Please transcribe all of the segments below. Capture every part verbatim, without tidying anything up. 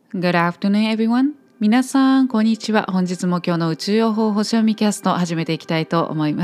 Good afternoon, everyone. 皆さん、こんにちは。本日も今日の宇宙予報星読みキャストを始めていきたいと思います。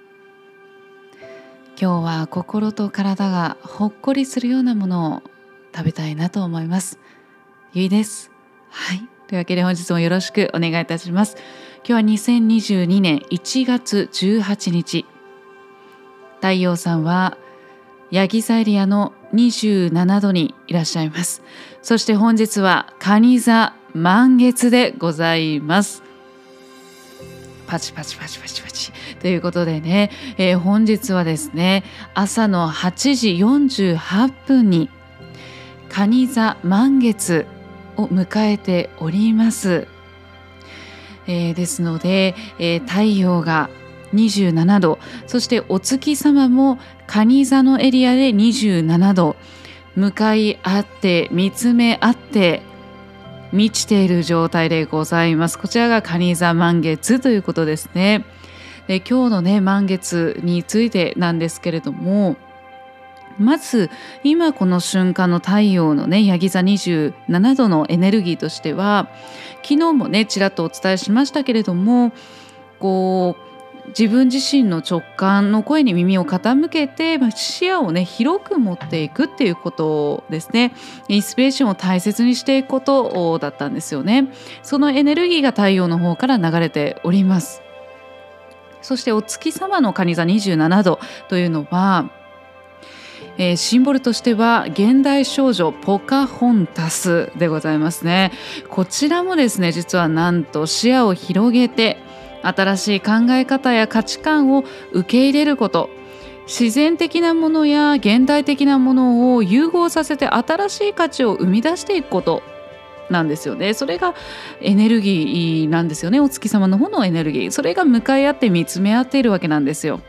今日は心と体がほっこりするようなものを食べたいなと思います。ゆいです。はい。というわけで本日もよろしくお願いいたします。今日はにせんにじゅうにねんいちがつじゅうはちにち。太陽さんはヤギ座エリアのにじゅうななどにいらっしゃいます。そして本日は蟹座満月でございます。パチパチパチパチパチということでね、えー、本日はですね朝のはちじよんじゅうはっぷんに蟹座満月を迎えております。えー、ですので、えー、太陽がにじゅうななど、そしてお月様も蟹座のエリアでにじゅうななど、向かい合って見つめ合って満ちている状態でございます。こちらが蟹座満月ということですね。で、今日のね満月についてなんですけれども、まず今この瞬間の太陽のねヤギ座にじゅうななどのエネルギーとしては、昨日もねちらっとお伝えしましたけれども、こう自分自身の直感の声に耳を傾けて視野をね広く持っていくっていうことですね。インスピレーションを大切にしていくことだったんですよね。そのエネルギーが太陽の方から流れております。そしてお月様の蟹座にじゅうななどというのは、えー、シンボルとしては現代少女ポカホンタスでございますね。こちらもですね実はなんと視野を広げて新しい考え方や価値観を受け入れること、自然的なものや現代的なものを融合させて新しい価値を生み出していくことなんですよね。それがエネルギーなんですよね。お月様の方のエネルギー、それが向かい合って見つめ合っているわけなんですよ。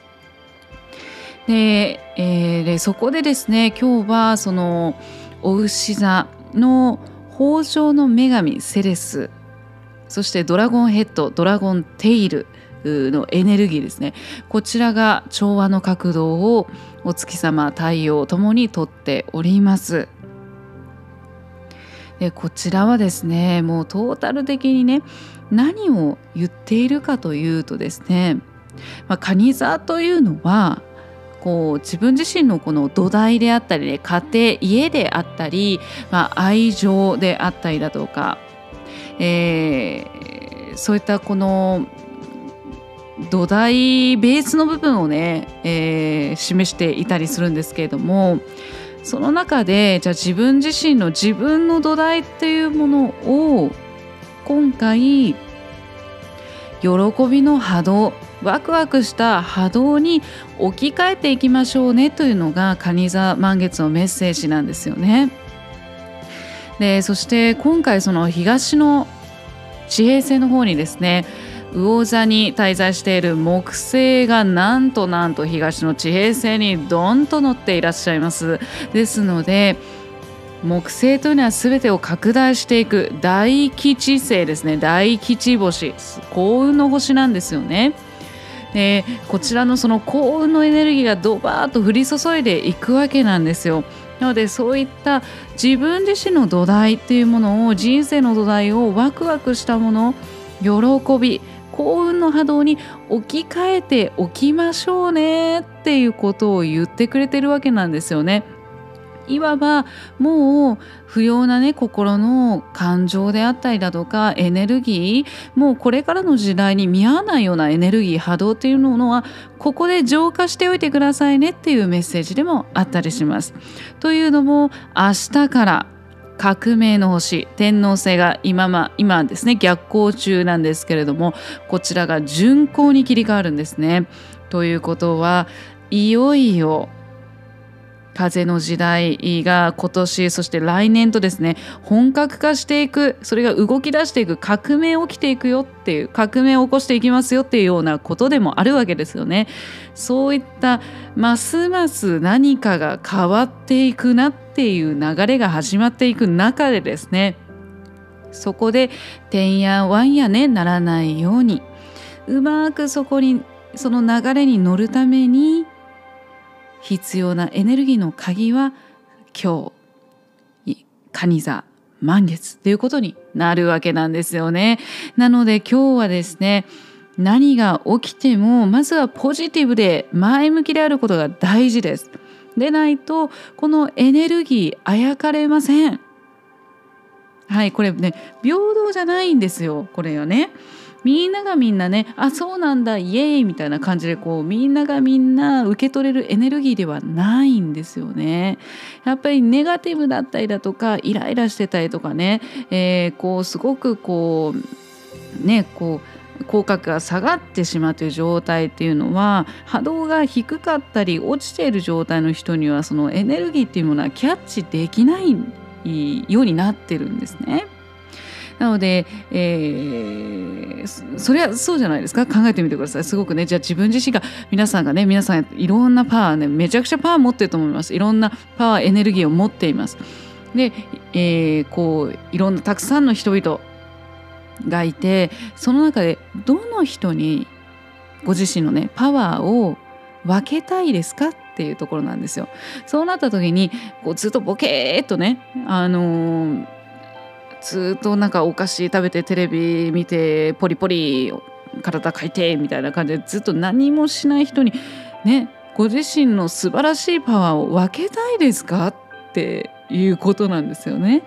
で、えー、でそこでですね今日はそのお牛座の豊穣の女神セレス、そしてドラゴンヘッド、ドラゴンテイルのエネルギーですね。こちらが調和の角度をお月様、太陽ともにとっております。でこちらはですねもうトータル的にね何を言っているかというとですね、まあ、蟹座というのはこう自分自身のこの土台であったり、ね、家庭、家であったり、まあ、愛情であったりだとか、えー、そういったこの土台ベースの部分をね、えー、示していたりするんですけれども、その中でじゃあ自分自身の自分の土台っていうものを今回喜びの波動、ワクワクした波動に置き換えていきましょうねというのが蟹座満月のメッセージなんですよね。でそして今回その東の地平線の方にですね魚座に滞在している木星がなんとなんと東の地平線にドンと乗っていらっしゃいます。ですので木星というのは全てを拡大していく大吉星ですね。大吉星、幸運の星なんですよね。でこちらのその幸運のエネルギーがドバーッと降り注いでいくわけなんですよ。なのでそういった自分自身の土台っていうものを、人生の土台をワクワクしたもの、喜び、幸運の波動に置き換えておきましょうねっていうことを言ってくれてるわけなんですよね。いわばもう不要なね心の感情であったりだとかエネルギー、もうこれからの時代に見合わないようなエネルギー波動っていうのはここで浄化しておいてくださいねっていうメッセージでもあったりします。というのも明日から革命の星天王星が今ま今ですね逆行中なんですけれども、こちらが順行に切り替わるんですね。ということはいよいよ風の時代が今年そして来年とですね本格化していく、それが動き出していく、革命起きていくよっていう、革命を起こしていきますよっていうようなことでもあるわけですよね。そういったますます何かが変わっていくなっていう流れが始まっていく中でですね、そこでてんやわんやねならないようにうまくそこにその流れに乗るために必要なエネルギーの鍵は今日蟹座満月ということになるわけなんですよね。なので今日はですね、何が起きてもまずはポジティブで前向きであることが大事です。でないとこのエネルギーあやかれません。はい、これね平等じゃないんですよ。これはね、みんながみんなね、あ、そうなんだイエーイみたいな感じでこうみんながみんな受け取れるエネルギーではないんですよね。やっぱりネガティブだったりだとかイライラしてたりとかね、えー、こうすごくこうねこう口角が下がってしまうという状態っていうのは、波動が低かったり落ちている状態の人にはそのエネルギーっていうものはキャッチできないようになってるんですね。なので、えー、それはそうじゃないですか。考えてみてください。すごくね、じゃあ自分自身が皆さんがね皆さんいろんなパワーね、めちゃくちゃパワー持ってると思います。いろんなパワーエネルギーを持っています。で、えー、こういろんなたくさんの人々がいて、その中でどの人にご自身のねパワーを分けたいですかっていうところなんですよ。そうなった時にこうずっとボケーっとね、あのー、ずっとなんかお菓子食べてテレビ見てポリポリ体かいてみたいな感じでずっと何もしない人にね、ご自身の素晴らしいパワーを分けたいですかっていうことなんですよね。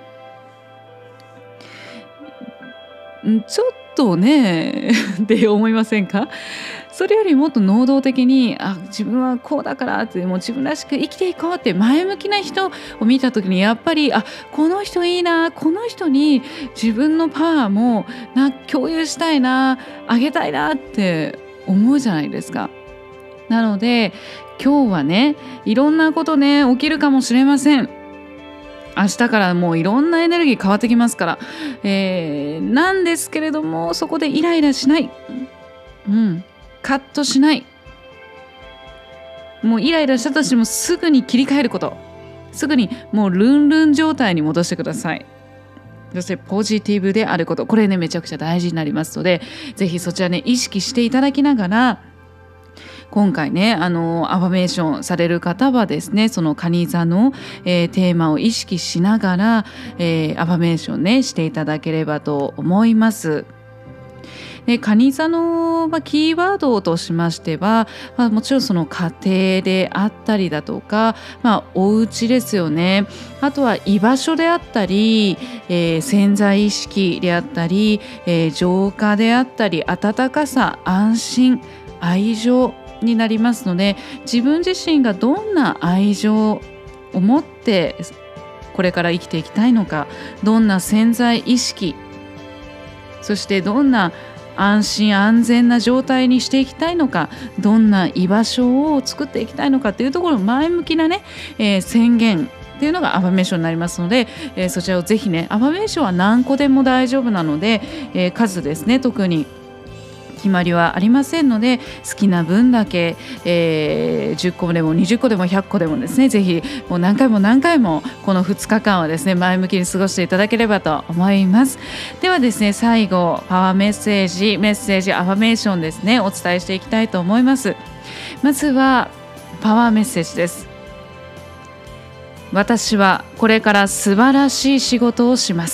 ちょっとねって思いませんか？それよりもっと能動的に、あ、自分はこうだからって、もう自分らしく生きていこうって前向きな人を見た時に、やっぱりあ、この人いいな、この人に自分のパワーもな共有したいな、あげたいなって思うじゃないですか。なので今日はね、いろんなことね起きるかもしれません。明日からもういろんなエネルギー変わってきますから、えー、なんですけれども、そこでイライラしない、うん、カッとしない、もうイライラしたとしてもすぐに切り替えること、すぐにもうルンルン状態に戻してください。そしてポジティブであること、これねめちゃくちゃ大事になりますので、ぜひそちらね意識していただきながら、今回ねあのアファメーションされる方はですね、その蟹座の、えー、テーマを意識しながら、えー、アファメーションねしていただければと思います。で、蟹座の、まあ、キーワードとしましては、まあ、もちろんその家庭であったりだとか、まあ、お家ですよね。あとは居場所であったり、えー、潜在意識であったり、えー、浄化であったり、温かさ、安心、愛情になりますので、自分自身がどんな愛情を持ってこれから生きていきたいのか、どんな潜在意識、そしてどんな安心安全な状態にしていきたいのか、どんな居場所を作っていきたいのかというところ、前向きなね、えー、宣言っていうのがアファメーションになりますので、えー、そちらをぜひね、アファメーションは何個でも大丈夫なので、えー、数ですね、特に決まりはありませんので、好きな分だけ、えー、じゅっこでもにじゅっこでもひゃっこでもですね、ぜひもう何回も何回もこのふつかかんはですね前向きに過ごしていただければと思います。ではですね、最後パワーメッセージメッセージアファメーションですね、お伝えしていきたいと思います。まずはパワーメッセージです。私はこれから素晴らしい仕事をします。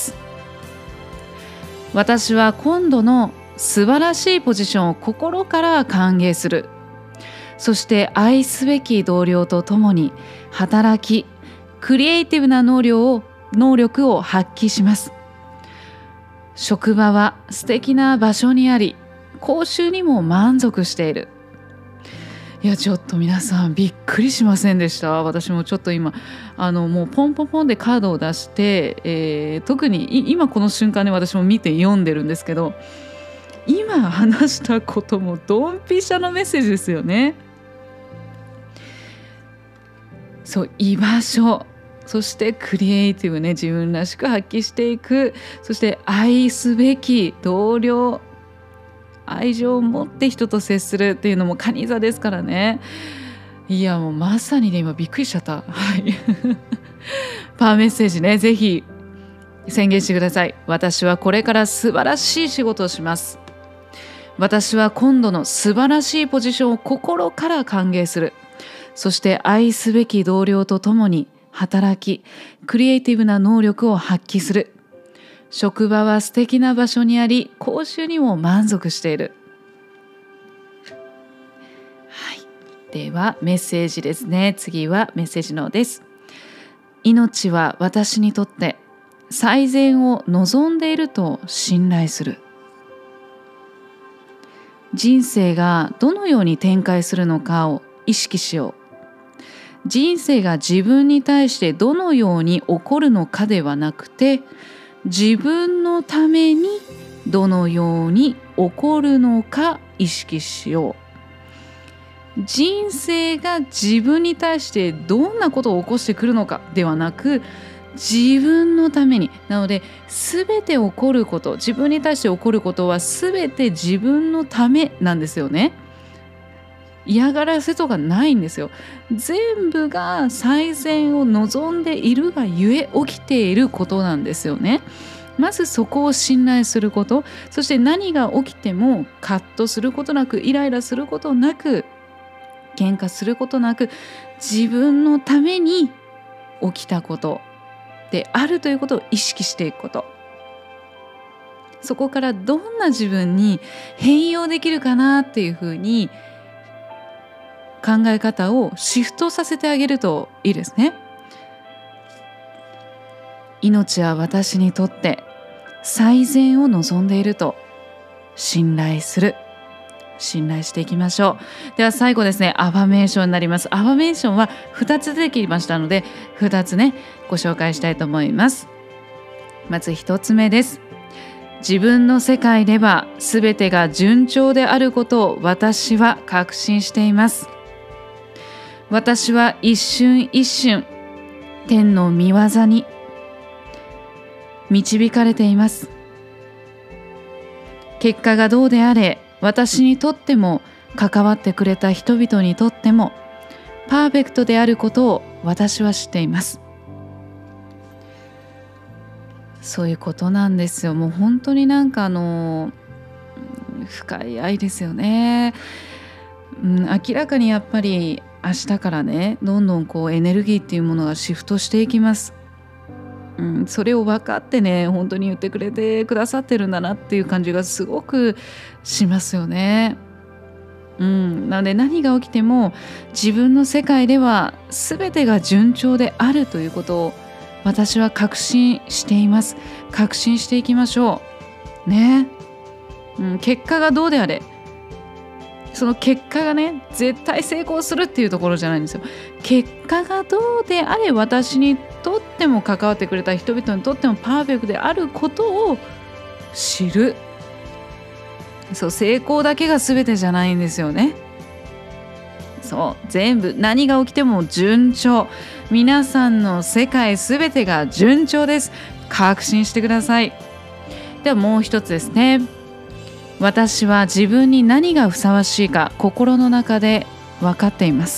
私は今度の素晴らしいポジションを心から歓迎する。そして愛すべき同僚と共に働き、クリエイティブな能力を、能力を発揮します。職場は素敵な場所にあり、報酬にも満足している。いや、ちょっと皆さんびっくりしませんでした？私もちょっと今あのもうポンポンポンでカードを出して、えー、特に今この瞬間ね、私も見て読んでるんですけど、今話したこともドンピシャのメッセージですよね。そう、居場所、そしてクリエイティブね、自分らしく発揮していく、そして愛すべき同僚、愛情を持って人と接するっていうのも蟹座ですからね。いや、もうまさにね、今びっくりしちゃった。はいパワーメッセージね、ぜひ宣言してください。私はこれから素晴らしい仕事をします。私は今度の素晴らしいポジションを心から歓迎する。そして愛すべき同僚と共に働き、クリエイティブな能力を発揮する。 職場は素敵な場所にあり、報酬にも満足している。はい、ではメッセージですね。次はメッセージのです。命は私にとって最善を望んでいると信頼する。人生がどのように展開するのかを意識しよう。人生が自分に対してどのように起こるのかではなくて、自分のためにどのように起こるのか意識しよう。人生が自分に対してどんなことを起こしてくるのかではなく、自分のために。なので全て起こること、自分に対して起こることは全て自分のためなんですよね。嫌がらせとかないんですよ。全部が最善を望んでいるがゆえ起きていることなんですよね。まずそこを信頼すること、そして何が起きてもカッとすることなく、イライラすることなく、喧嘩することなく、自分のために起きたことであるということを意識していくこと。そこからどんな自分に変容できるかなっていうふうに考え方をシフトさせてあげるといいですね。命は私にとって最善を望んでいると信頼する。信頼していきましょう。では最後ですね、アファメーションになります。アファメーションはふたつ出てきましたので、ふたつねご紹介したいと思います。まずひとつめです。自分の世界では全てが順調であることを私は確信しています。私は一瞬一瞬天の御業に導かれています。結果がどうであれ、私にとっても関わってくれた人々にとってもパーフェクトであることを私は知っています。そういうことなんですよ。もう本当になんかあの深い愛ですよね。うん、明らかにやっぱり明日からね、どんどんこうエネルギーっていうものがシフトしていきます。うん、それを分かってね、本当に言ってくれてくださってるんだなっていう感じがすごくしますよね。うん、なので何が起きても自分の世界では全てが順調であるということを私は確信しています。確信していきましょうね。うん、結果がどうであれ、その結果がね絶対成功するっていうところじゃないんですよ。結果がどうであれ、私にとっても関わってくれた人々にとってもパーフェクトであることを知る。そう、成功だけが全てじゃないんですよね。そう全部何が起きても順調。皆さんの世界全てが順調です。確信してください。ではもう一つですね。私は自分に何がふさわしいか心の中で分かっています。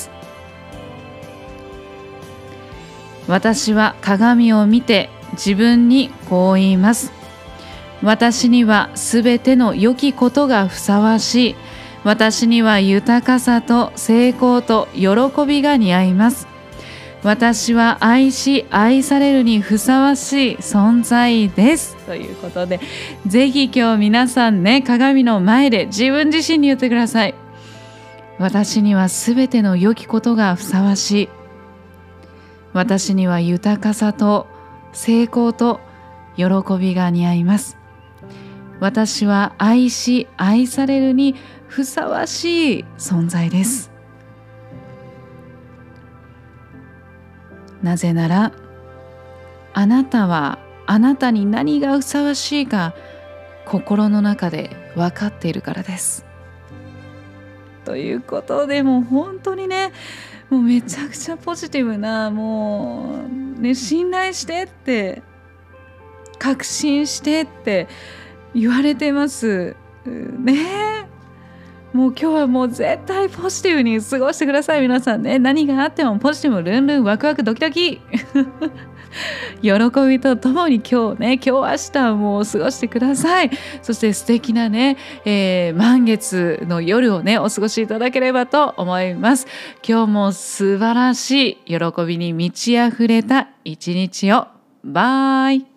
私は鏡を見て自分にこう言います。私にはすべての良きことがふさわしい。私には豊かさと成功と喜びが似合います。私は愛し愛されるにふさわしい存在です。ということで、ぜひ今日皆さんね、鏡の前で自分自身に言ってください。私にはすべての良きことがふさわしい。私には豊かさと成功と喜びが似合います。私は愛し愛されるにふさわしい存在です。なぜなら、あなたはあなたに何がふさわしいか心の中で分かっているからです。ということで、もう本当にね、もうめちゃくちゃポジティブな、もうね、信頼してって確信してって言われてますね。もう今日はもう絶対ポジティブに過ごしてください。皆さんね、何があってもポジティブ、ルンルン、ワクワク、ドキドキ喜びとともに今日ね、今日明日もう過ごしてください。そして素敵なね、えー、満月の夜をねお過ごしいただければと思います。今日も素晴らしい喜びに満ち溢れた一日を。バイ。